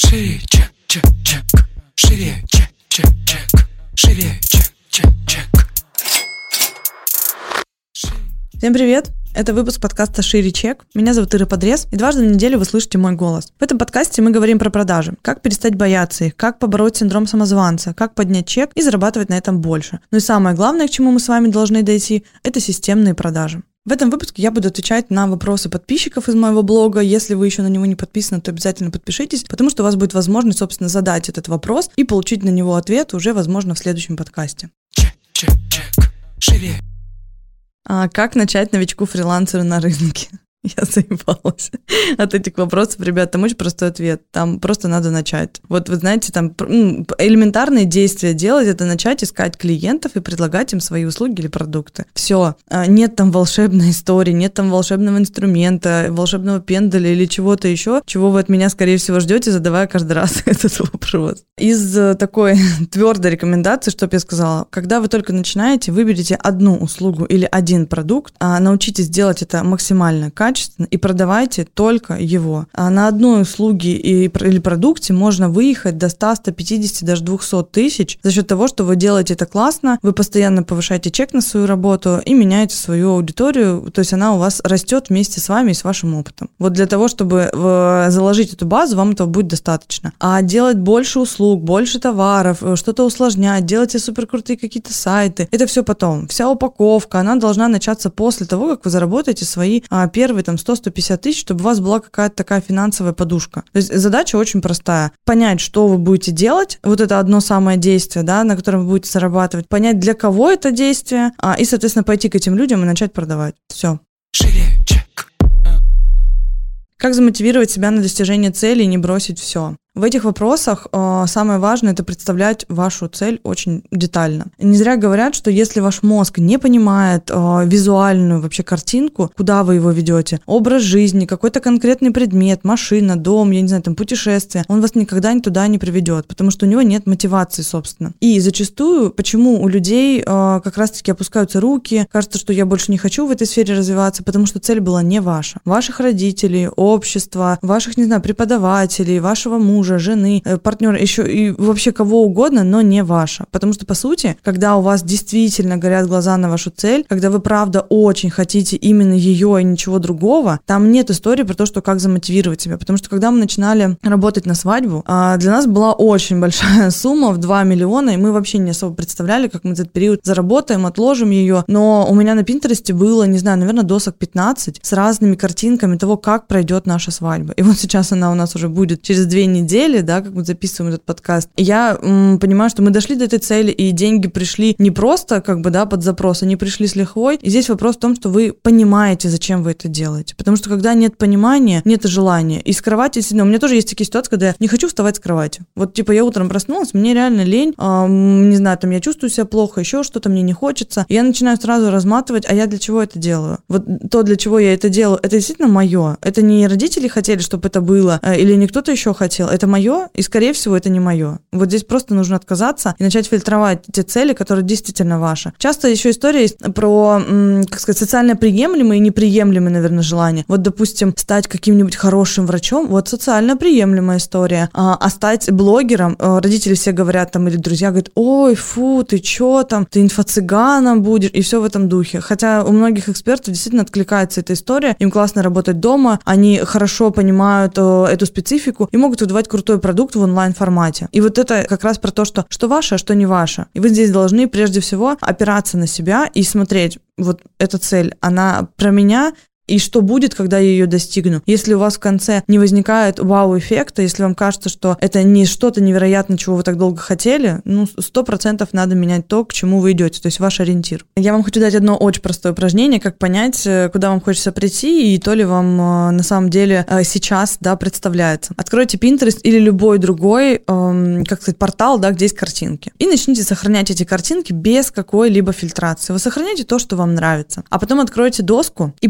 Шире, чек, чек, чек. Шире, чек, чек, чек. Шире, чек, чек, чек. Всем привет! Это выпуск подкаста «Шире чек». Меня зовут Ира Подрез, и дважды в неделю вы слышите мой голос. В этом подкасте мы говорим про продажи, как перестать бояться их, как побороть синдром самозванца, как поднять чек и зарабатывать на этом больше. Ну и самое главное, к чему мы с вами должны дойти, это системные продажи. В этом выпуске я буду отвечать на вопросы подписчиков из моего блога. Если вы еще на него не подписаны, то обязательно подпишитесь, потому что у вас будет возможность, собственно, задать этот вопрос и получить на него ответ уже, возможно, в следующем подкасте. Чек, чек, чек. Шире. Как начать новичку-фрилансеру на рынке? Я заебалась от этих вопросов, ребят, там очень простой ответ, там просто надо начать. Вот вы знаете, там элементарные действия делать, это начать искать клиентов и предлагать им свои услуги или продукты. Все, нет там волшебной истории, нет там волшебного инструмента, волшебного пендаля или чего-то еще, чего вы от меня, скорее всего, ждете, задавая каждый раз этот вопрос. Из такой твердой рекомендации, что бы я сказала, когда вы только начинаете, выберите одну услугу или один продукт, научитесь делать это максимально качественно и продавайте только его. На одной услуге или продукте можно выехать до 100, 150, даже 200 тысяч за счет того, что вы делаете это классно, вы постоянно повышаете чек на свою работу и меняете свою аудиторию, то есть она у вас растет вместе с вами и с вашим опытом. Вот для того, чтобы заложить эту базу, вам этого будет достаточно. А делать больше услуг, больше товаров, что-то усложнять, делайте суперкрутые какие-то сайты, это все потом. Вся упаковка, она должна начаться после того, как вы заработаете свои первые 100-150 тысяч, чтобы у вас была какая-то такая финансовая подушка. То есть задача очень простая. Понять, что вы будете делать, вот это одно самое действие, да, на котором вы будете зарабатывать, понять, для кого это действие, и, соответственно, пойти к этим людям и начать продавать. Все. Шире, чек. Как замотивировать себя на достижение цели и не бросить все? В этих вопросах самое важное – это представлять вашу цель очень детально. Не зря говорят, что если ваш мозг не понимает визуальную вообще картинку, куда вы его ведете, образ жизни, какой-то конкретный предмет, машина, дом, я не знаю, там путешествие, он вас никогда туда не приведет, потому что у него нет мотивации, собственно. И зачастую, почему у людей как раз-таки опускаются руки, кажется, что я больше не хочу в этой сфере развиваться, потому что цель была не ваша. Ваших родителей, общества, ваших, не знаю, преподавателей, вашего мужа, жены, партнера, еще и вообще кого угодно, но не ваша. Потому что, по сути, когда у вас действительно горят глаза на вашу цель, когда вы, правда, очень хотите именно ее и ничего другого, там нет истории про то, что как замотивировать себя. Потому что, когда мы начинали работать на свадьбу, для нас была очень большая сумма в 2 миллиона, и мы вообще не особо представляли, как мы этот период заработаем, отложим ее. Но у меня на Пинтересте было, не знаю, наверное, досок 15 с разными картинками того, как пройдет наша свадьба. И вот сейчас она у нас уже будет через 2 недели, да, как мы записываем этот подкаст. Я понимаю, что мы дошли до этой цели, и деньги пришли не просто, как бы, да, под запрос, они пришли с лихвой. И здесь вопрос в том, что вы понимаете, зачем вы это делаете. Потому что когда нет понимания, нет желания. И с кровати, у меня тоже есть такие ситуации, когда я не хочу вставать с кровати. Вот, типа, я утром проснулась, мне реально лень, не знаю, там, я чувствую себя плохо, еще что-то, мне не хочется. И я начинаю сразу разматывать, а я для чего это делаю? Вот то, для чего я это делаю, это действительно мое. Это не родители хотели, чтобы это было, или не кто-то еще хотел. Это мое, и, скорее всего, это не мое. Вот здесь просто нужно отказаться и начать фильтровать те цели, которые действительно ваши. Часто еще история есть про, как сказать, социально приемлемые и неприемлемые, наверное, желания. Вот, допустим, стать каким-нибудь хорошим врачом, вот социально приемлемая история. А стать блогером, родители все говорят там, или друзья говорят: ой, фу, ты че там, ты инфо-цыганом будешь, и все в этом духе. Хотя у многих экспертов действительно откликается эта история, им классно работать дома, они хорошо понимают эту специфику и могут выдавать крутой продукт в онлайн-формате. И вот это как раз про то, что ваше, а что не ваше. И вы здесь должны прежде всего опираться на себя и смотреть, вот эта цель, она про меня, и что будет, когда я ее достигну. Если у вас в конце не возникает вау-эффекта, если вам кажется, что это не что-то невероятное, чего вы так долго хотели, 100% надо менять то, к чему вы идете, то есть ваш ориентир. Я вам хочу дать одно очень простое упражнение, как понять, куда вам хочется прийти, и то ли вам на самом деле сейчас, да, представляется. Откройте Pinterest или любой другой, как сказать, портал, да, где есть картинки. И начните сохранять эти картинки без какой-либо фильтрации. Вы сохраняйте то, что вам нравится. А потом откройте доску и посмотрите,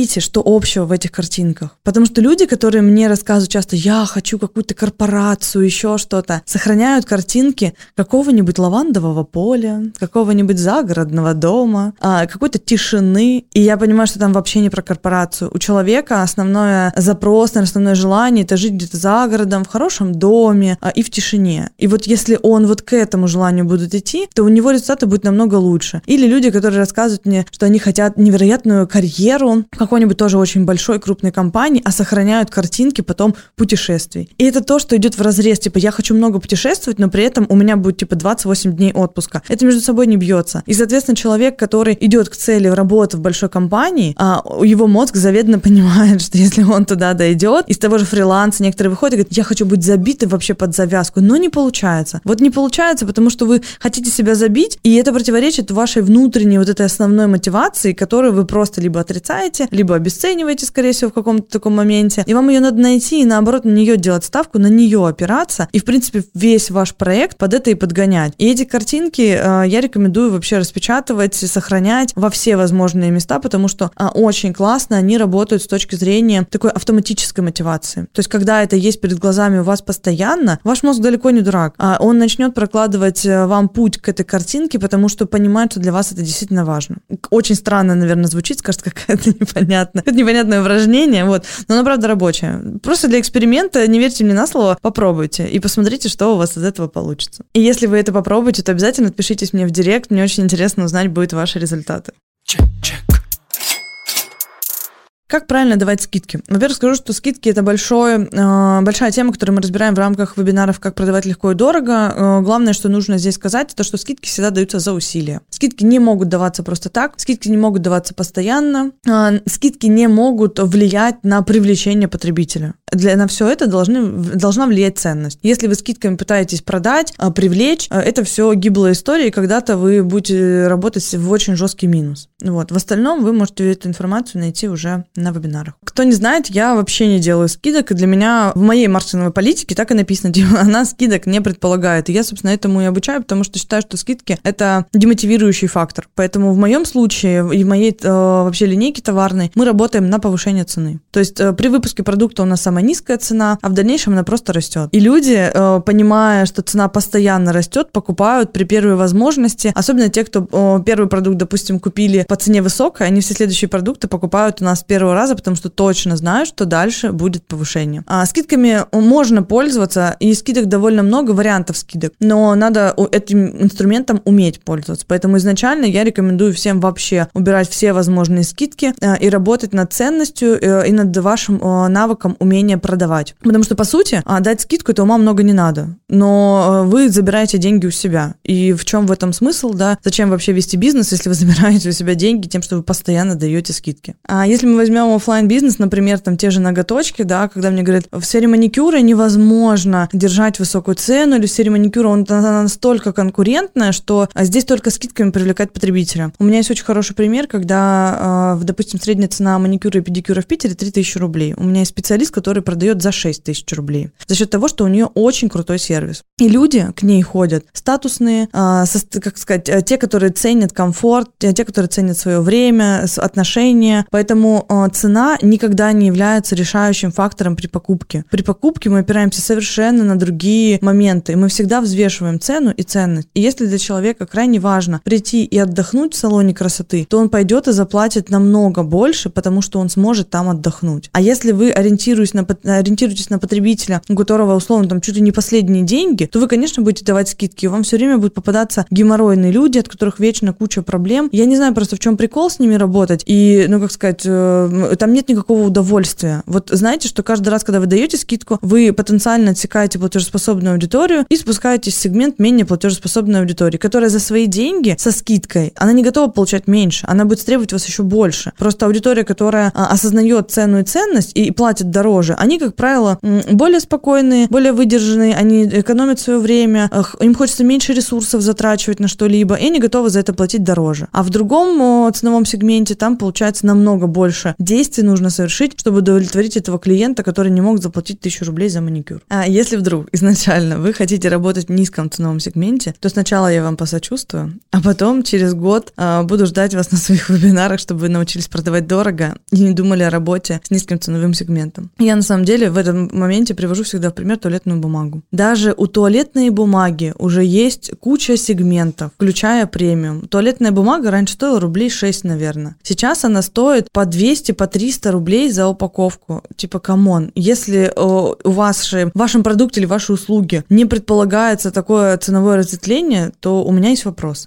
посмотрите, что общего в этих картинках. Потому что люди, которые мне рассказывают часто, я хочу какую-то корпорацию, еще что-то, сохраняют картинки какого-нибудь лавандового поля, какого-нибудь загородного дома, какой-то тишины. И я понимаю, что там вообще не про корпорацию. У человека основной запрос, основное желание — это жить где-то за городом, в хорошем доме и в тишине. И вот если он вот к этому желанию будет идти, то у него результаты будут намного лучше. Или люди, которые рассказывают мне, что они хотят невероятную карьеру в какой-нибудь тоже очень большой, крупной компании, а сохраняют картинки потом путешествий. И это то, что идет вразрез. Типа, я хочу много путешествовать, но при этом у меня будет типа 28 дней отпуска. Это между собой не бьется. И, соответственно, человек, который идет к цели работы в большой компании, его мозг заведомо понимает, что если он туда дойдет, из того же фриланса некоторые выходят и говорят, я хочу быть забитым вообще под завязку, но не получается. Вот не получается, потому что вы хотите себя забить, и это противоречит вашей внутренней вот этой основной мотивации, которую вы просто либо отрицаете, либо обесцениваете, скорее всего, в каком-то таком моменте, и вам ее надо найти и, наоборот, на нее делать ставку, на нее опираться, и, в принципе, весь ваш проект под это и подгонять. И эти картинки я рекомендую вообще распечатывать, сохранять во все возможные места, потому что очень классно они работают с точки зрения такой автоматической мотивации. То есть, когда это есть перед глазами у вас постоянно, ваш мозг далеко не дурак. Он начнет прокладывать вам путь к этой картинке, потому что понимает, что для вас это действительно важно. Очень странно, наверное, звучит, скажет, какая-то непонятное упражнение, вот. Но оно, правда, рабочее. Просто для эксперимента не верьте мне на слово, попробуйте и посмотрите, что у вас из этого получится. И если вы это попробуете, то обязательно отпишитесь мне в директ, мне очень интересно узнать будут ваши результаты. Чек. Как правильно давать скидки? Во-первых, скажу, что скидки – это большая тема, которую мы разбираем в рамках вебинаров «Как продавать легко и дорого». Главное, что нужно здесь сказать, это что скидки всегда даются за усилия. Скидки не могут даваться просто так, скидки не могут даваться постоянно, скидки не могут влиять на привлечение потребителя. На все это должна влиять ценность. Если вы скидками пытаетесь продать, привлечь, это все гиблая история, и когда-то вы будете работать в очень жесткий минус. Вот. В остальном вы можете эту информацию найти уже на вебинарах. Кто не знает, я вообще не делаю скидок, и для меня в моей маркетинговой политике так и написано, она скидок не предполагает. И я, собственно, этому и обучаю, потому что считаю, что скидки – это демотивирующий фактор. Поэтому в моем случае и в моей вообще линейке товарной мы работаем на повышение цены. То есть при выпуске продукта у нас самая низкая цена, а в дальнейшем она просто растет. И люди, понимая, что цена постоянно растет, покупают при первой возможности, особенно те, кто первый продукт, допустим, купили по цене высокой, они все следующие продукты покупают у нас с первого раза, потому что точно знают, что дальше будет повышение. Скидками можно пользоваться, и скидок довольно много, вариантов скидок, но надо этим инструментом уметь пользоваться. Поэтому изначально я рекомендую всем вообще убирать все возможные скидки и работать над ценностью и над вашим навыком умения продавать. Потому что, по сути, дать скидку, это ума много не надо, но вы забираете деньги у себя. И в чем в этом смысл, да? Зачем вообще вести бизнес, если вы забираете у себя деньги тем, что вы постоянно даете скидки? Если мы возьмем офлайн бизнес, например, там те же ноготочки, да, когда мне говорят, в сфере маникюра невозможно держать высокую цену, или в сфере маникюра она настолько конкурентная, что здесь только скидками привлекать потребителя. У меня есть очень хороший пример, когда, допустим, средняя цена маникюра и педикюра в Питере 3000 рублей. У меня есть специалист, который продает за 6000 рублей. За счет того, что у нее очень крутой сервис. И люди к ней ходят статусные, как сказать, те, которые ценят комфорт, те, которые ценят свое время, отношения. Поэтому цена никогда не является решающим фактором при покупке. При покупке мы опираемся совершенно на другие моменты, и мы всегда взвешиваем цену и ценность. И если для человека крайне важно прийти и отдохнуть в салоне красоты, то он пойдет и заплатит намного больше, потому что он сможет там отдохнуть. А если вы ориентируетесь на потребителя, у которого, условно, там чуть ли не последние деньги, то вы, конечно, будете давать скидки, и вам все время будут попадаться геморройные люди, от которых вечно куча проблем. Я не знаю просто, в чем прикол с ними работать, и, там нет никакого удовольствия. Вот знаете, что каждый раз, когда вы даете скидку, вы потенциально отсекаете платежеспособную аудиторию и спускаетесь в сегмент менее платежеспособной аудитории, которая за свои деньги со скидкой, она не готова получать меньше, она будет требовать вас еще больше. Просто аудитория, которая осознает цену и ценность и платит дороже, они, как правило, более спокойные, более выдержанные, они экономят свое время, им хочется меньше ресурсов затрачивать на что-либо, и они готовы за это платить дороже. А в другом ценовом сегменте там получается намного больше действий нужно совершить, чтобы удовлетворить этого клиента, который не мог заплатить 1000 рублей за маникюр. А если вдруг изначально вы хотите работать в низком ценовом сегменте, то сначала я вам посочувствую, а потом через год буду ждать вас на своих вебинарах, чтобы вы научились продавать дорого и не думали о работе с низким ценовым сегментом. Я на самом деле в этом моменте привожу всегда в пример туалетную бумагу. Даже у туалетной бумаги уже есть куча сегментов, включая премиум. Туалетная бумага раньше стоила рублей 6, наверное. Сейчас она стоит по 200, по 300 рублей за упаковку. Типа, камон, если у вас в вашем продукте или вашей услуге не предполагается такое ценовое разветвление, то у меня есть вопросы.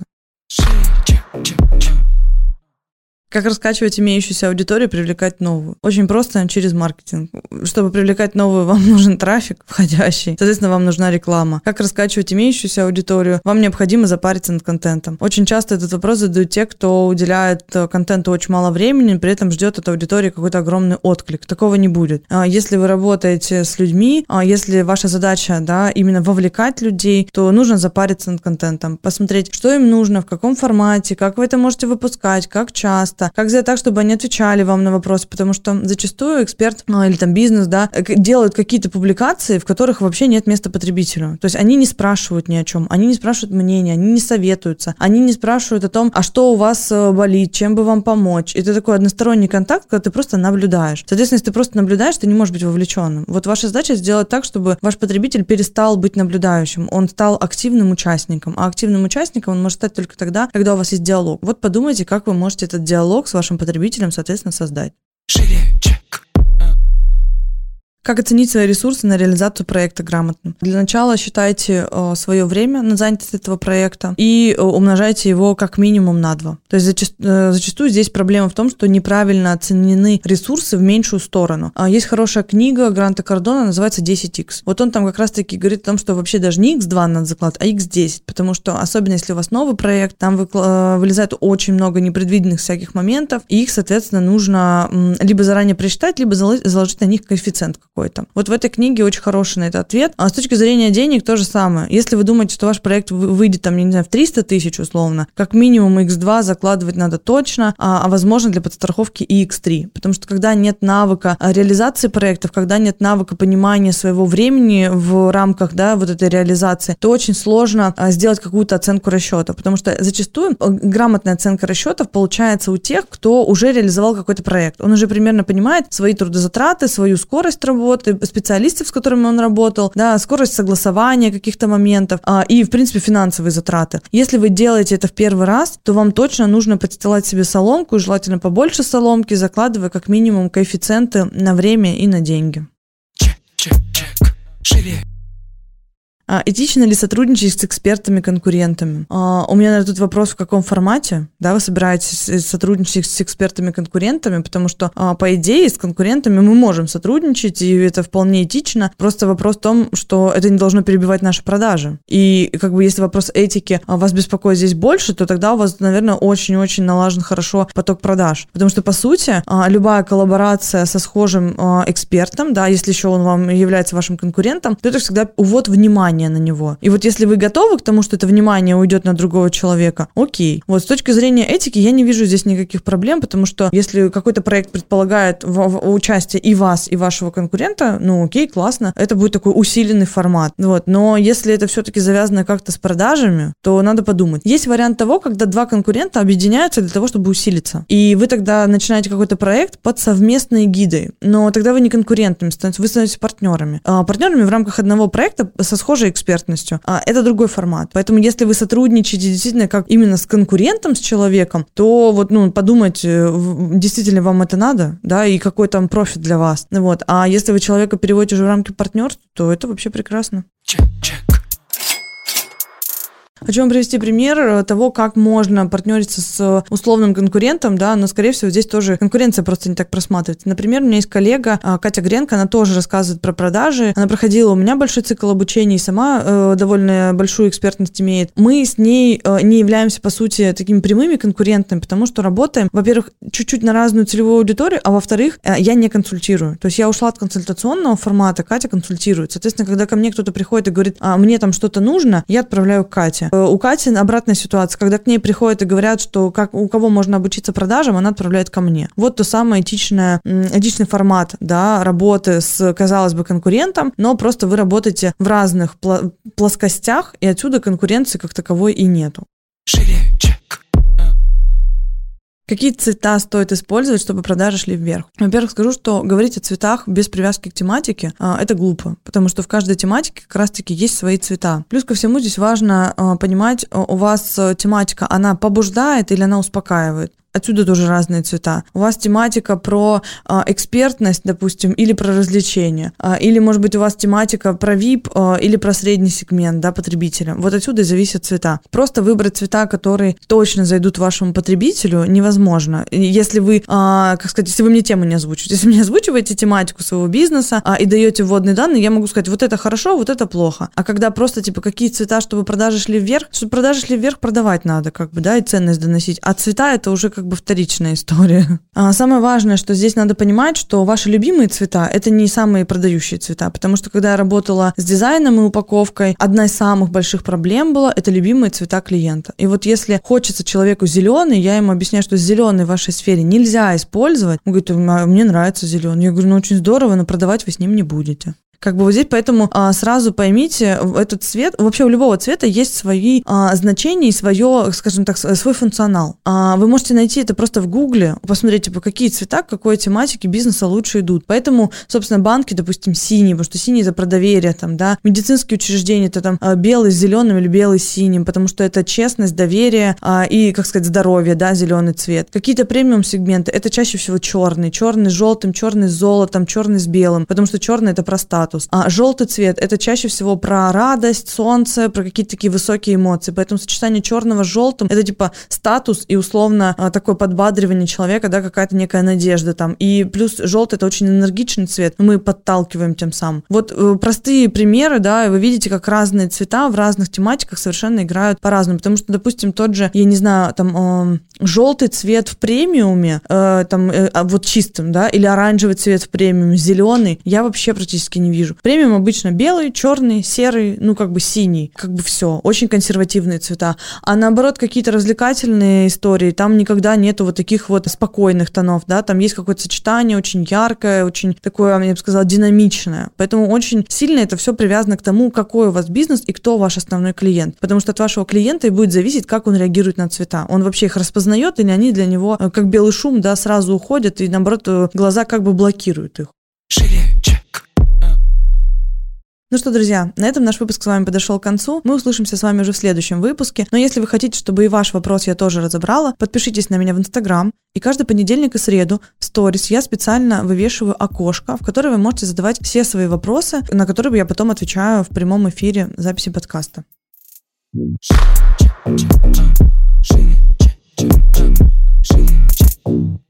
Как раскачивать имеющуюся аудиторию и привлекать новую? Очень просто, через маркетинг. Чтобы привлекать новую, вам нужен трафик входящий, соответственно, вам нужна реклама. Как раскачивать имеющуюся аудиторию? Вам необходимо запариться над контентом. Очень часто этот вопрос задают те, кто уделяет контенту очень мало времени, при этом ждет от аудитории какой-то огромный отклик. Такого не будет. Если вы работаете с людьми, если ваша задача, именно вовлекать людей, то нужно запариться над контентом, посмотреть, что им нужно, в каком формате, как вы это можете выпускать, как часто, как сделать так, чтобы они отвечали вам на вопросы, потому что зачастую эксперт или там бизнес, делают какие-то публикации, в которых вообще нет места потребителю. То есть они не спрашивают ни о чем, они не спрашивают мнения, они не советуются, они не спрашивают о том, а что у вас болит, чем бы вам помочь. Это такой односторонний контакт, когда ты просто наблюдаешь. Соответственно, если ты просто наблюдаешь, ты не можешь быть вовлеченным. Вот ваша задача сделать так, чтобы ваш потребитель перестал быть наблюдающим, он стал активным участником. А активным участником он может стать только тогда, когда у вас есть диалог. Вот подумайте, как вы можете этот диалог с вашим потребителем, соответственно, создать. Как оценить свои ресурсы на реализацию проекта грамотно? Для начала считайте свое время на занятость этого проекта и умножайте его как минимум на 2. То есть зачастую здесь проблема в том, что неправильно оценены ресурсы в меньшую сторону. Есть хорошая книга Гранта Кардона, называется 10x. Вот он там как раз-таки говорит о том, что вообще даже не x2 надо закладывать, а x10, потому что особенно если у вас новый проект, там вылезает очень много непредвиденных всяких моментов, и их, соответственно, нужно либо заранее просчитать, либо заложить на них коэффициент какой-то. Вот в этой книге очень хороший на это ответ. А с точки зрения денег то же самое. Если вы думаете, что ваш проект выйдет там, я не знаю, в 300 тысяч условно, как минимум x2 закладывать надо точно, а возможно для подстраховки и x3. Потому что когда нет навыка реализации проектов, когда нет навыка понимания своего времени в рамках вот этой реализации, то очень сложно сделать какую-то оценку расчета. Потому что зачастую грамотная оценка расчетов получается у тех, кто уже реализовал какой-то проект. Он уже примерно понимает свои трудозатраты, свою скорость работы, специалистов, с которыми он работал, скорость согласования каких-то моментов и, в принципе, финансовые затраты. Если вы делаете это в первый раз, то вам точно нужно подстилать себе соломку, и желательно побольше соломки, закладывая как минимум коэффициенты на время и на деньги. Шире. Этично ли сотрудничать с экспертами-конкурентами? У меня, наверное, тут вопрос, в каком формате, вы собираетесь сотрудничать с экспертами-конкурентами, потому что, по идее, с конкурентами мы можем сотрудничать, и это вполне этично. Просто вопрос в том, что это не должно перебивать наши продажи. И если вопрос этики вас беспокоит здесь больше, то тогда у вас, наверное, очень-очень налажен хорошо поток продаж. Потому что, по сути, любая коллаборация со схожим экспертом, если еще он вам является вашим конкурентом, то это всегда увод внимания на него. И вот если вы готовы к тому, что это внимание уйдет на другого человека, окей. Вот с точки зрения этики я не вижу здесь никаких проблем, потому что если какой-то проект предполагает участие и вас, и вашего конкурента, окей, классно, это будет такой усиленный формат. Но если это все-таки завязано как-то с продажами, то надо подумать. Есть вариант того, когда два конкурента объединяются для того, чтобы усилиться. И вы тогда начинаете какой-то проект под совместной гидой. Но тогда вы не конкурентами становитесь, вы становитесь партнерами. Партнерами в рамках одного проекта со схожей экспертностью. Это другой формат. Поэтому если вы сотрудничаете действительно как именно с конкурентом, с человеком, то подумайте, действительно вам это надо, и какой там профит для вас. А если вы человека переводите уже в рамки партнерства, то это вообще прекрасно. Хочу вам привести пример того, как можно партнериться с условным конкурентом, но, скорее всего, здесь тоже конкуренция просто не так просматривается. Например, у меня есть коллега Катя Гренко, она тоже рассказывает про продажи. Она проходила у меня большой цикл обучения и сама довольно большую экспертность имеет. Мы с ней не являемся, по сути, такими прямыми конкурентами, потому что работаем, во-первых, чуть-чуть на разную целевую аудиторию, а во-вторых, я не консультирую. То есть я ушла от консультационного формата, Катя консультирует. Соответственно, когда ко мне кто-то приходит и говорит, мне там что-то нужно, я отправляю к Кате. У Кати обратная ситуация, когда к ней приходят и говорят, что у кого можно обучиться продажам, она отправляет ко мне. Вот то самое этичный формат, да, работы с, казалось бы, конкурентом, но просто вы работаете в разных плоскостях, и отсюда конкуренции как таковой и нету. Какие цвета стоит использовать, чтобы продажи шли вверх? Во-первых, скажу, что говорить о цветах без привязки к тематике – это глупо, потому что в каждой тематике как раз-таки есть свои цвета. Плюс ко всему здесь важно понимать, у вас тематика, она побуждает или она успокаивает. Отсюда тоже разные цвета. У вас тематика про экспертность, допустим, или про развлечения. Или, может быть, у вас тематика про VIP или про средний сегмент, да, потребителя. Вот отсюда и зависят цвета. Просто выбрать цвета, которые точно зайдут вашему потребителю, невозможно. Если вы, если вы мне тему не озвучиваете. Если вы мне озвучиваете тематику своего бизнеса и даете вводные данные, я могу сказать, вот это хорошо, вот это плохо. А когда просто, какие цвета, чтобы продажи шли вверх, чтобы продажи шли вверх, продавать надо, и ценность доносить. А цвета это уже вторичная история. Самое важное, что здесь надо понимать, что ваши любимые цвета – это не самые продающие цвета, потому что когда я работала с дизайном и упаковкой, одна из самых больших проблем была – это любимые цвета клиента. И вот если хочется человеку зеленый, я ему объясняю, что зеленый в вашей сфере нельзя использовать. Он говорит, мне нравится зеленый. Я говорю, очень здорово, но продавать вы с ним не будете. Вот здесь, поэтому сразу поймите, этот цвет, вообще у любого цвета есть свои значения и свой функционал. Вы можете найти это просто в Гугле, посмотреть, какие цвета к какой тематике бизнеса лучше идут. Поэтому, собственно, банки, допустим, синие, потому что синий это про доверие, медицинские учреждения это белый с зеленым или белый с синим, потому что это честность, доверие и, здоровье, зеленый цвет. Какие-то премиум-сегменты, это чаще всего черный с желтым, черный с золотом, черный с белым, потому что черный это про статус. А желтый цвет – это чаще всего про радость, солнце, про какие-то такие высокие эмоции. Поэтому сочетание черного с желтым – это статус и условно такое подбадривание человека, какая-то некая надежда там. И плюс желтый – это очень энергичный цвет, мы подталкиваем тем самым. Вот простые примеры, вы видите, как разные цвета в разных тематиках совершенно играют по-разному. Потому что, допустим, тот же, желтый цвет в премиуме, чистым, или оранжевый цвет в премиуме, зеленый, я вообще практически не вижу. Премиум обычно белый, черный, серый, синий, все, очень консервативные цвета. А наоборот, какие-то развлекательные истории, там никогда нету таких спокойных тонов, там есть какое-то сочетание очень яркое, очень такое, я бы сказала, динамичное. Поэтому очень сильно это все привязано к тому, какой у вас бизнес и кто ваш основной клиент. Потому что от вашего клиента и будет зависеть, как он реагирует на цвета. Он вообще их распознает или они для него, как белый шум, сразу уходят и, наоборот, глаза блокируют их. Ну что, друзья, на этом наш выпуск с вами подошел к концу. Мы услышимся с вами уже в следующем выпуске. Но если вы хотите, чтобы и ваш вопрос я тоже разобрала, подпишитесь на меня в Инстаграм. И каждый понедельник и среду в сторис я специально вывешиваю окошко, в которое вы можете задавать все свои вопросы, на которые я потом отвечаю в прямом эфире записи подкаста. Шире,